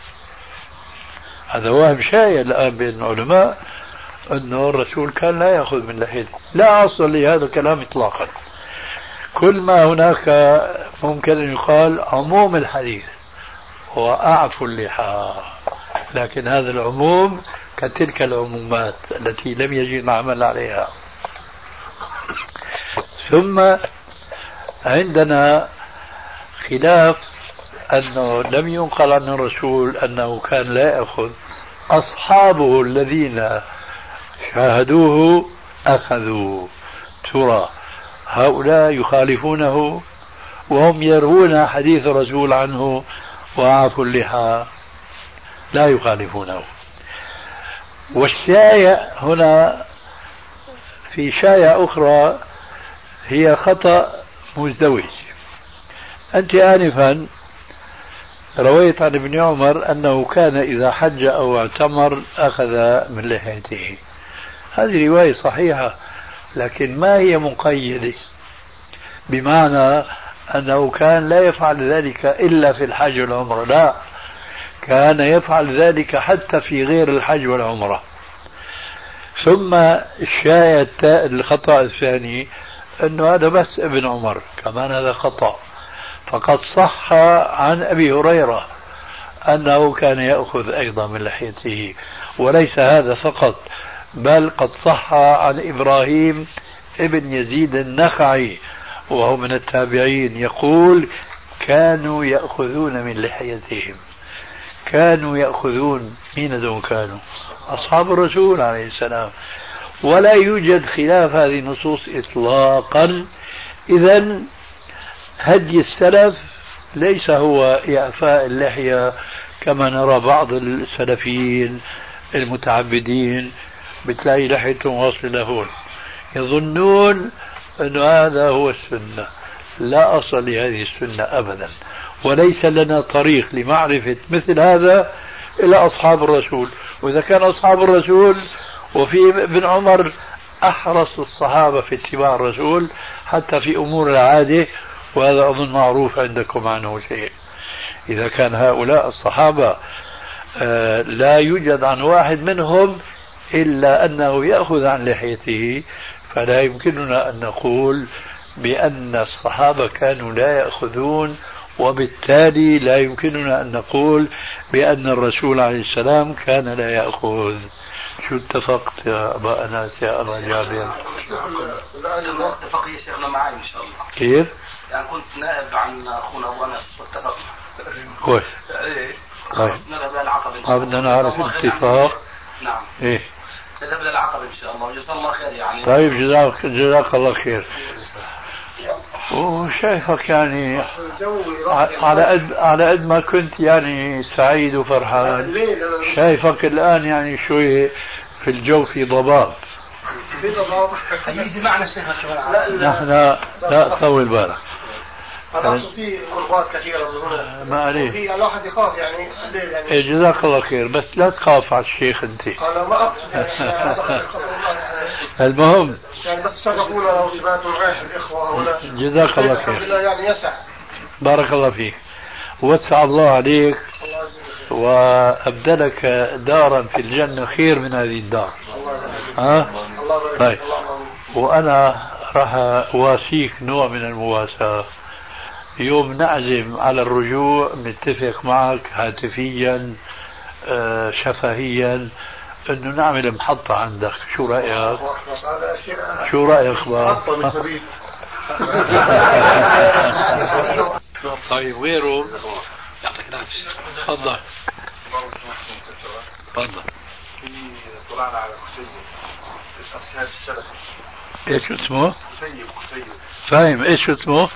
C: هذا وهم شائع الآن بين العلماء أنه الرسول كان لا يأخذ من لحيته، لا أصل لهذا الكلام إطلاقا. كل ما هناك ممكن أن يقال عموم الحديث هو أعفو اللحى، لكن هذا العموم كتلك العمومات التي لم يجد العمل عليها. ثم عندنا خلاف أنه لم ينقل عن الرسول أنه كان لا يأخذ، أصحابه الذين شاهدوه أخذوا. ترى هؤلاء يخالفونه وهم يروون حديث الرسول عنه وعافوا اللحى، لا يخالفونه. والشائع هنا في شائع أخرى هي خطأ مزدوج. أنت آنفا رويت عن ابن عمر أنه كان إذا حج أو اعتمر أخذ من لحيته. هذه رواية صحيحة، لكن ما هي مقيدة بمعنى أنه كان لا يفعل ذلك إلا في الحج والعمرة، لا، كان يفعل ذلك حتى في غير الحج والعمرة. ثم الشائع الخطأ الثاني أنه هذا بس ابن عمر، كمان هذا خطأ. فقد صح عن أبي هريرة أنه كان يأخذ أيضا من لحيته. وليس هذا فقط، بل قد صح عن إبراهيم ابن يزيد النخعي وهو من التابعين يقول كانوا يأخذون من لحيتهم. كانوا يأخذون، مين دون كانوا؟ أصحاب الرسول عليه السلام. ولا يوجد خلاف هذه النصوص إطلاقا. إذن هدي السلف ليس هو إعفاء اللحية كما نرى بعض السلفيين المتعبدين بتلاقي لحيتهم واصلة هون، يظنون أن هذا هو السنة. لا أصل لهذه السنة أبدا، وليس لنا طريق لمعرفة مثل هذا إلا أصحاب الرسول. وإذا كان أصحاب الرسول، وفي ابن عمر أحرص الصحابة في اتباع الرسول حتى في أمور العادة، وهذا أظن معروف عندكم عنه شيء. إذا كان هؤلاء الصحابة لا يوجد عن واحد منهم إلا أنه يأخذ عن لحيته، فلا يمكننا أن نقول بأن الصحابة كانوا لا يأخذون، وبالتالي لا يمكننا أن نقول بأن الرسول عليه السلام كان لا يأخذ. شو اتفقت يا أبا أناس يا أبا جابر؟
B: الآن اتفقية شيخنا معي إن شاء الله.
C: كيف؟
B: يعني كنت نائب عن أخونا أبو أنس واتفقنا.
C: كويس. طيب.
B: نذهب للعقبة إن شاء الله.
C: بدنا نعرف الاتفاق.
B: نعم.
C: إيه.
B: نذهب للعقبة إن شاء الله، وجزاك الله خير يعني.
C: طيب جزاك جزاك الله خير. وشايفك يعني على قد على قد ما كنت يعني سعيد وفرحان، شايفك الآن يعني شوي في الجو في ضباب.
F: في ضباب.
B: يجي معنا شيخنا كمان.
C: نحن لا طول بالك.
F: أنا في قربات كثيرة
C: ما عليه.
F: في الواحد يخاف يعني الليل يعني.
C: إيه جزاك الله خير، بس لا تخاف على الشيخ أنت.
F: أنا ما أقصد يعني.
C: المهم.
F: يعني بس شرفونا لو تبعتوا معي الإخوة هنا.
C: جزاك الله خير.
F: يعني يسع.
C: بارك الله فيك. وسع الله عليك وأبدلك دارا في الجنة خير من هذه الدار. ها؟ طيب. وأنا راح أواسيك نوع من المواساة. يوم نعزم على الرجوع نتفق معك هاتفيا شفهيا انه نعمل محطة عندك. شو رأيك؟ شو رأيك بقى؟ طيب غيره؟ يعطيك العافية. تفضل. تفضل.
G: طلعنا على كتيب الأرشاد السلفي.
C: ايش اسمه؟
G: كتيب كتيب.
C: فاهم ايش اسمه؟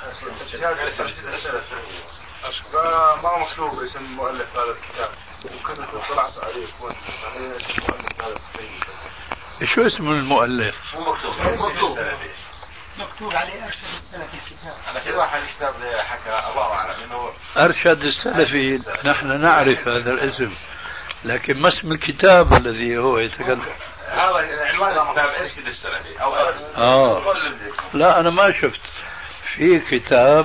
G: ما مطلوب اسم مؤلف هذا الكتاب، وكنت طلعت عليه مؤلف هذا الكتاب.
C: شو اسم المؤلف؟
G: مو مكتوب. مكتوب.
F: مكتوب عليه أرشد السلفي الكتاب.
G: أنا في واحد الكتاب حكى الله أعلم إنه
C: أرشد السلفي. نحن نعرف هذا الاسم، لكن ما اسم الكتاب الذي هو يتكلم؟
G: هذا عنوان كتاب أرشد السلفي أو أرشد.
C: آه. لا أنا ما شفت في كتاب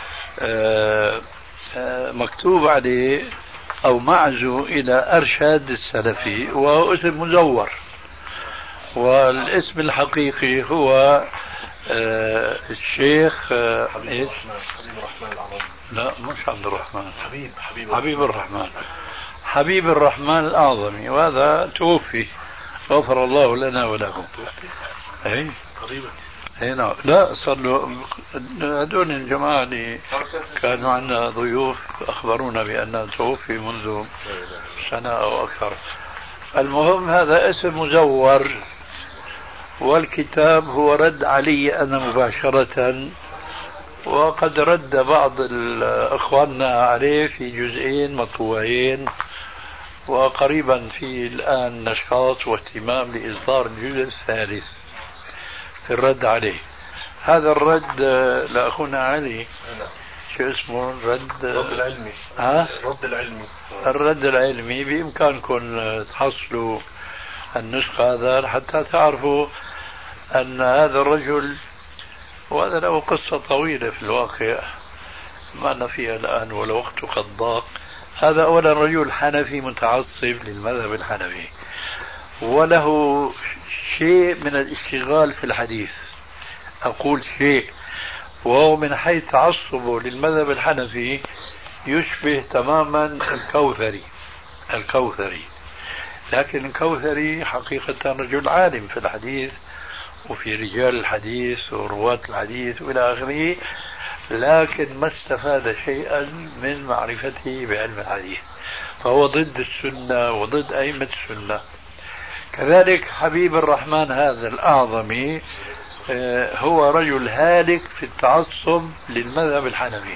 C: آه آه مكتوب عليه أو معزو إلى أرشاد السلفي، وهو اسم مزور، والاسم الحقيقي هو آه الشيخ آه إيش؟
G: حبيب الرحمن العظيم.
C: لا مش عبد الرحمن،
G: حبيب حبيب
C: حبيب الرحمن. حبيب الرحمن الأعظمي، وهذا توفي غفر الله لنا ولكم. أي
G: قريبا.
C: اي نعم. لا صار له هذول الجماعة اللي كانوا عندنا ضيوف أخبرونا بأنه توفي منذ سنة أو أكثر. المهم هذا اسم مزور، والكتاب هو رد علي أنا مباشرة، وقد رد بعض إخواننا عليه في جزئين مطبوعين، وقريبا في الآن نشاط واهتمام لإصدار الجزء الثالث في الرد عليه. هذا الرد لأخونا علي شو اسمه؟ الرد
G: الرد العلمي.
C: ها؟
G: الرد العلمي.
C: الرد العلمي. بإمكانكم تحصلوا النسخة هذا حتى تعرفوا أن هذا الرجل، وهذا له قصة طويلة في الواقع ما أنا فيها الآن ولا وقت قد ضاق. هذا أولا رجل حنفي متعصب للمذهب الحنفي، وله شيء من الاشتغال في الحديث. أقول شيء، وهو من حيث تعصبه للمذهب الحنفي يشبه تماما الكوثري الكوثري لكن الكوثري حقيقة رجل عالم في الحديث وفي رجال الحديث ورواة الحديث وإلى آخره، لكن ما استفاد شيئا من معرفته بعلم الحديث، فهو ضد السنة وضد أئمة السنة. كذلك حبيب الرحمن هذا الأعظمي هو رجل هالك في التعصب للمذهب الحنفي،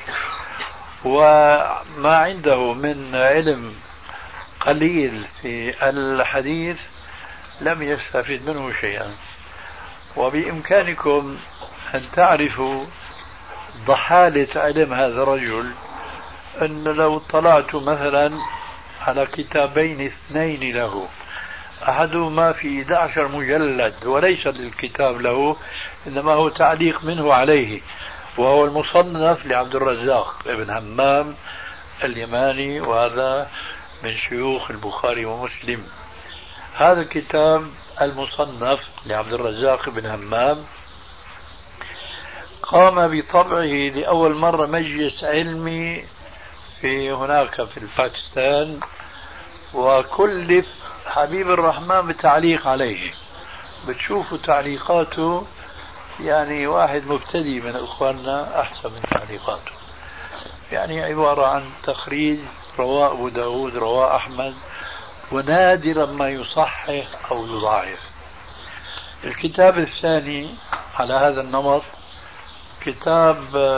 C: وما عنده من علم قليل في الحديث لم يستفد منه شيئا. وبإمكانكم أن تعرفوا ضحالة علم هذا الرجل أن لو اطلعت مثلا على كتابين اثنين له، أحدهما في أحد عشر مجلد وليس للكتاب له إنما هو تعليق منه عليه، وهو المصنف لعبد الرزاق ابن همام اليماني، وهذا من شيوخ البخاري ومسلم. هذا الكتاب المصنف لعبد الرزاق بن همام قام بطبعه لأول مرة مجلس علمي في هناك في الباكستان، وكلف حبيب الرحمن بالتعليق عليه. بتشوفوا تعليقاته يعني واحد مبتدئ من إخواننا أحسن من تعليقاته، يعني عبارة عن تخريج رواه أبو داود رواه أحمد، ونادرا ما يصحح أو يضاعف. الكتاب الثاني على هذا النمط كتاب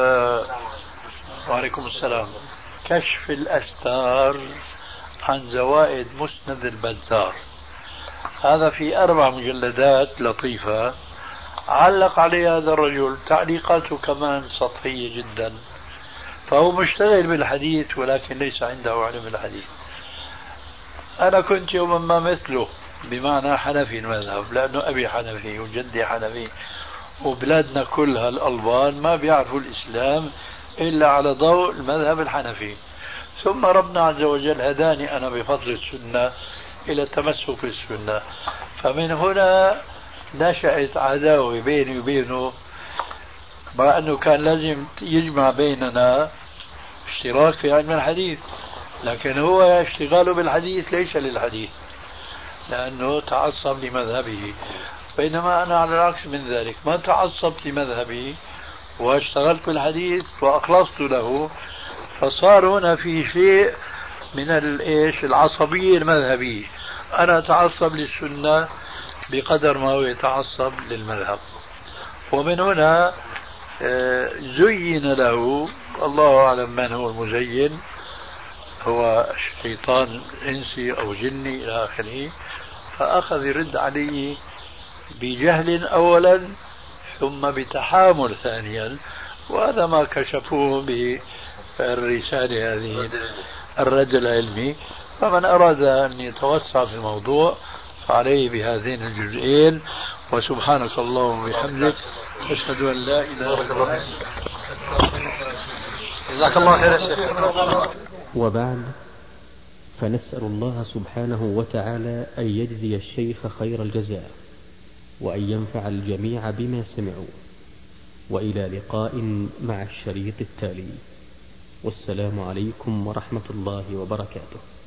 C: وعليكم السلام كشف الأستار عن زوائد مسند البزار، هذا في أربع مجلدات لطيفة علق عليه هذا الرجل، تعليقاته كمان سطحية جدا، فهو مشتغل بالحديث ولكن ليس عنده علم الحديث. أنا كنت يوما ما مثله، بمعنى حنفي المذهب، لأنه أبي حنفي وجدي حنفي، وبلادنا كلها الألبان ما بيعرفوا الإسلام إلا على ضوء المذهب الحنفي. ثم ربنا عز وجل هداني أنا بفضل السنة إلى التمسك بالسنة، فمن هنا نشأت عداوة بيني وبينه، مع أنه كان لازم يجمع بيننا اشتراك في علم الحديث، لكن هو اشتغاله بالحديث ليس للحديث لأنه تعصب لمذهبه، بينما أنا على العكس من ذلك، ما تعصبت لمذهبي واشتغلت بالحديث وأخلصت له، فصار هنا في شيء من الإيش العصبية المذهبية. أنا أتعصب للسنة بقدر ما هو يتعصب للمذهب، ومن هنا زين له، الله أعلم من هو المزين، هو شيطان إنسي أو جني إلى آخره، فأخذ يرد عليه بجهل أولا ثم بتحامل ثانيا، وهذا ما كشفوه بالرسالة هذه الرد العلمي. فمن أراد أن يتوسع في الموضوع فعليه بهذين الجزئين. وسبحانك اللهم وبحمدك أشهد أن لا إله إلا أنت.
B: جزاك الله خير يا شيخ.
H: وبعد، فنسأل الله سبحانه وتعالى أن يجزي الشيخ خير الجزاء، وأن ينفع الجميع بما سمعوا، وإلى لقاء مع الشريط التالي، والسلام عليكم ورحمة الله وبركاته.